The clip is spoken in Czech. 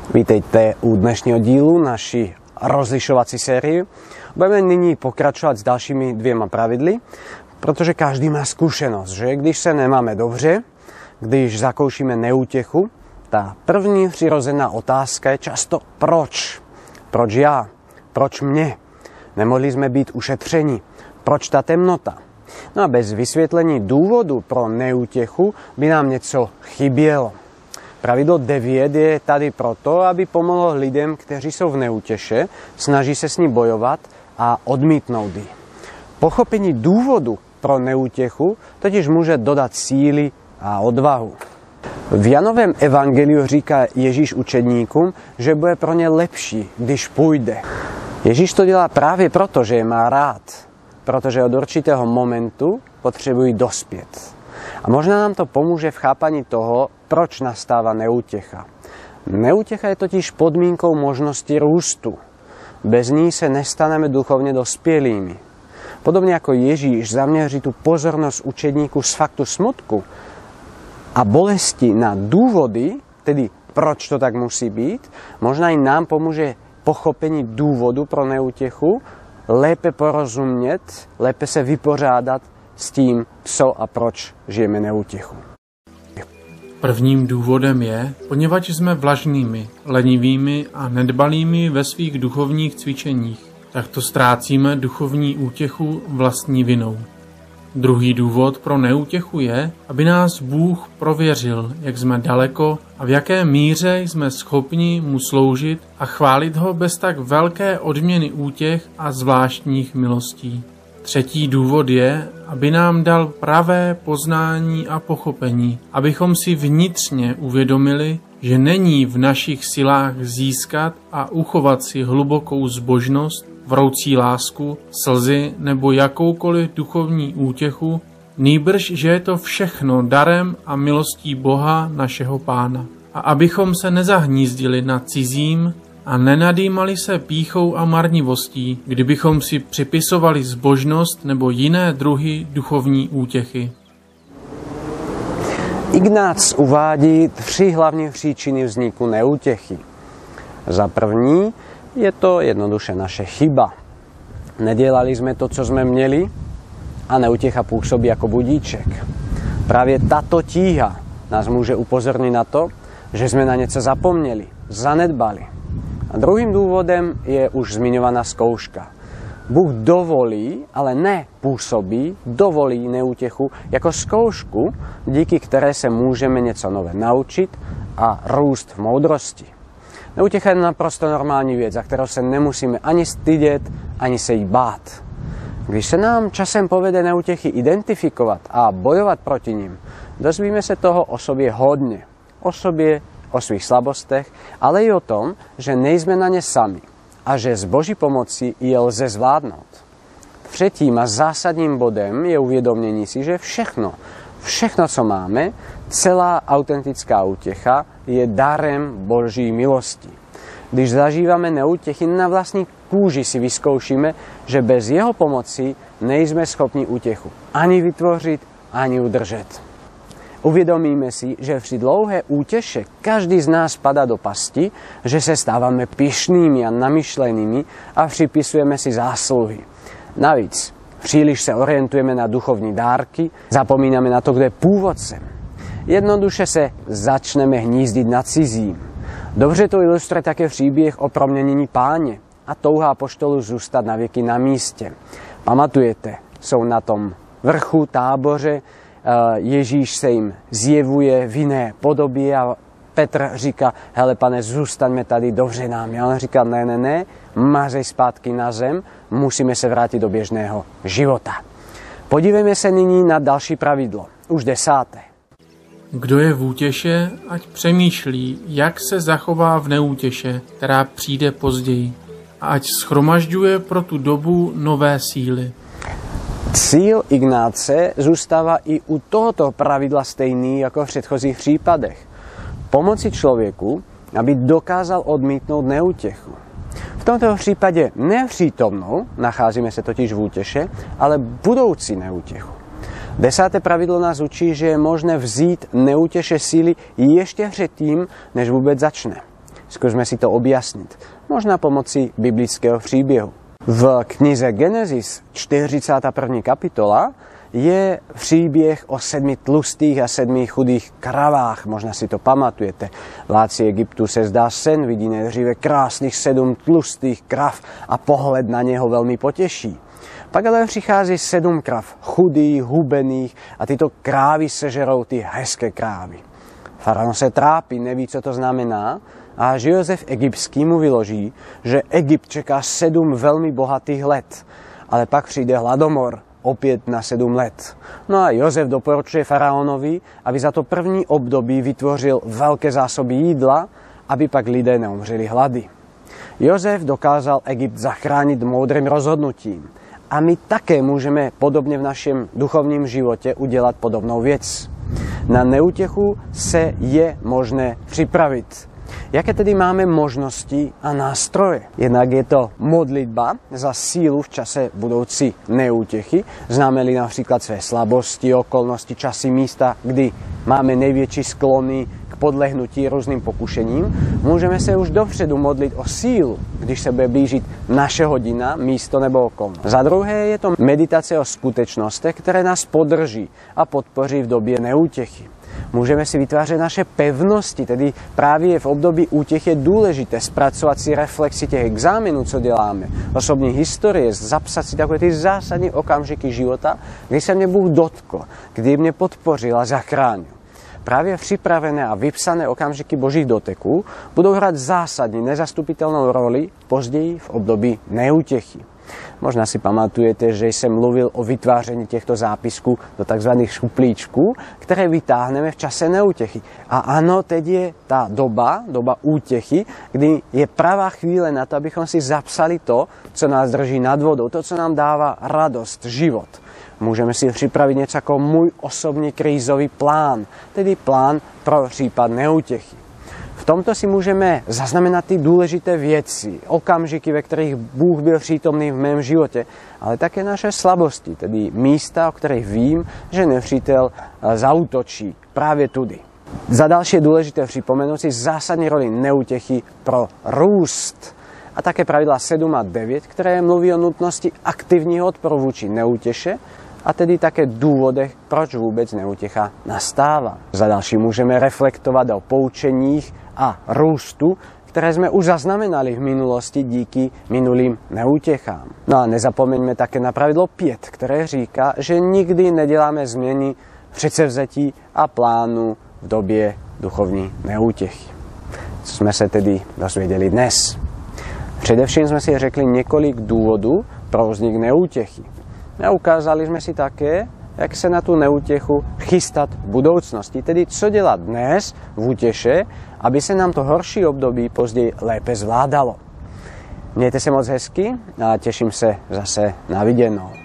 Vítejte u dnešního dílu naší rozlišovací série. Budeme nyní pokračovat s dalšími 2 pravidly, protože každý má zkušenost, že když se nemáme dobře, když zakoušíme neútěchu, ta první přirozená otázka je často proč? Proč já? Proč mě? Nemohli jsme být ušetřeni? Proč ta temnota? No a bez vysvětlení důvodu pro neútěchu by nám něco chybělo. Pravidlo 9 je tady proto, aby pomohlo lidem, kteří jsou v neútěše, snaží se s ní bojovat a odmítnout ji. Pochopení důvodu pro neútěchu totiž může dodat síly a odvahu. V Janovém evangeliu říká Ježíš učedníkům, že bude pro ně lepší, když půjde. Ježíš to dělá právě proto, že je má rád, protože od určitého momentu potřebují dospět. A možná nám to pomůže v chápaní toho, proč nastává neútěcha. Neútěcha je totiž podmínkou možnosti růstu. Bez ní se nestaneme duchovně dospělými. Podobně jako Ježíš zaměří tu pozornost učedníků z faktu smutku a bolesti na důvody, tedy proč to tak musí být, možná i nám pomůže pochopení důvodu pro neútěchu, lépe porozumět, lépe se vypořádat s tím, co a proč žijeme neútěchu. Prvním důvodem je, poněvadž jsme vlažnými, lenivými a nedbalými ve svých duchovních cvičeních, tak to ztrácíme duchovní útěchu vlastní vinou. Druhý důvod pro neútěchu je, aby nás Bůh prověřil, jak jsme daleko a v jaké míře jsme schopni mu sloužit a chválit ho bez tak velké odměny útěch a zvláštních milostí. Třetí důvod je, aby nám dal pravé poznání a pochopení, abychom si vnitřně uvědomili, že není v našich silách získat a uchovat si hlubokou zbožnost, vroucí lásku, slzy nebo jakoukoliv duchovní útěchu, nýbrž, že je to všechno darem a milostí Boha našeho Pána. A abychom se nezahnízdili na cizím a nenadýmali se pýchou a marnivostí, kdybychom si připisovali zbožnost nebo jiné druhy duchovní útěchy. Ignác uvádí 3 hlavní příčiny vzniku neútěchy. Za první je to jednoduše naše chyba. Nedělali jsme to, co jsme měli, a neútěcha působí jako budíček. Právě tato tíha nás může upozornit na to, že jsme na něco zapomněli, zanedbali. A druhým důvodem je už zmiňovaná zkouška. Bůh dovolí, ale ne působí, dovolí neútěchu jako zkoušku, díky které se můžeme něco nové naučit a růst v moudrosti. Neútěcha je naprosto normální věc, za kterou se nemusíme ani stydět, ani se jí bát. Když se nám časem povede neútěchy identifikovat a bojovat proti nim, dozvíme se toho o sobě hodně. O sobě, o svých slabostech, ale i o tom, že nejsme na ně sami a že s Boží pomocí je lze zvládnout. Třetím a zásadním bodem je uvědomění si, že všechno, co máme, celá autentická útěcha je darem Boží milosti. Když zažíváme neútěchy, na vlastní kůži si vyzkoušíme, že bez jeho pomoci nejsme schopni útěchu ani vytvořit, ani udržet. Uvědomíme si, že při dlouhé útěše každý z nás padá do pasti, že se stáváme pyšnými a namyšlenými a připisujeme si zásluhy. Navíc příliš se orientujeme na duchovní dárky, zapomínáme na to, kdo je původcem. Jednoduše se začneme hnízdit na cizím. Dobře to ilustruje také příběh o proměnění Páně a touha apoštolů zůstat na věky na místě. Pamatujete, jsou na tom vrchu táboře, Ježíš se jim zjevuje v jiné podobě a Petr říká, hele pane, zůstaňme tady, dobře nám. A on říká, ne, mazej zpátky na zem, musíme se vrátit do běžného života. Podívejme se nyní na další pravidlo, už 10. Kdo je v útěše, ať přemýšlí, jak se zachová v neútěše, která přijde později, a ať shromažďuje pro tu dobu nové síly. Cíl Ignáce zůstává i u tohoto pravidla stejný jako v předchozích případech. Pomoci člověku, aby dokázal odmítnout neútěchu. V tomto případě nepřítomnou, nacházíme se totiž v útěše, ale budoucí neútěchu. 10. pravidlo nás učí, že je možné vzít neútěše síly ještě předtím, než vůbec začne. Skúsme si to objasnit. Možná pomocí biblického příběhu. V knize Genesis 41. kapitola je příběh o 7 tlustých a 7 chudých kravách. Možná si to pamatujete. Vládci Egyptu se zdá sen, vidí nejdříve krásných 7 tlustých krav a pohled na něho velmi potěší. Pak ale přichází 7 krav, chudých, hubených, a tyto krávy sežerou ty hezké krávy. Faraon se trápí, neví, co to znamená, a až Jozef egyptský mu vyloží, že Egypt čeká 7 velmi bohatých let, ale pak přijde hladomor, opět na 7 let. No a Jozef doporučuje faraonovi, aby za to první období vytvořil velké zásoby jídla, aby pak lidé neumřeli hlady. Jozef dokázal Egypt zachránit moudrým rozhodnutím. A my také můžeme podobně v našem duchovním životě udělat podobnou věc. Na neútěchu se je možné připravit. Jaké tedy máme možnosti a nástroje? Jednak je to modlitba za sílu v čase budoucí neútěchy. Známe-li například své slabosti, okolnosti, časy, místa, kdy máme největší sklony k podlehnutí různým pokušením, můžeme se už dopředu modlit o sílu, když se bude blížit naše hodina, místo nebo okolnost. Za druhé je to meditace o skutečnostech, které nás podrží a podpoří v době neútěchy. Můžeme si vytvářet naše pevnosti, tedy právě v období útěch je důležité zpracovat si reflexi těch exámenů, co děláme, osobní historie, zapsat si takové ty zásadní okamžiky života, kdy se mě Bůh dotkl, kdy mě podpořil a zachránil. Právě připravené a vypsané okamžiky Božích doteků budou hrát zásadní, nezastupitelnou roli později v období neútěchy. Možná si pamatujete, že jsem mluvil o vytváření těchto zápisků do tzv. Šuplíčků, které vytáhneme v čase neútěchy. A ano, teď je ta doba útěchy, kdy je pravá chvíle na to, abychom si zapsali to, co nás drží nad vodou, to, co nám dává radost, život. Můžeme si připravit něco jako můj osobní krízový plán, tedy plán pro případ neútěchy. V tomto si můžeme zaznamenat ty důležité věci, okamžiky, ve kterých Bůh byl přítomný v mém životě, ale také naše slabosti, tedy místa, o kterých vím, že nepřítel zaútočí právě tudy. Za další je důležité připomenout si zásadní roli neútěchy pro růst a také pravidla 7 a 9, které mluví o nutnosti aktivního odporu vůči neútěše, a tedy také důvodech, proč vůbec neútěcha nastává. Za další můžeme reflektovat o poučeních a růstu, které jsme už zaznamenali v minulosti díky minulým neútěchám. No a nezapomeňme také na pravidlo 5, které říká, že nikdy neděláme změny předsevzetí a plánu v době duchovní neútěchy. Co jsme se tedy dozvěděli dnes? Především jsme si řekli několik důvodů pro vznik neútěchy. A ukázali jsme si také, jak se na tu neútěchu chystat v budoucnosti, tedy co dělat dnes v útěše, aby se nám to horší období později lépe zvládalo. Mějte se moc hezky a těším se zase na viděnou.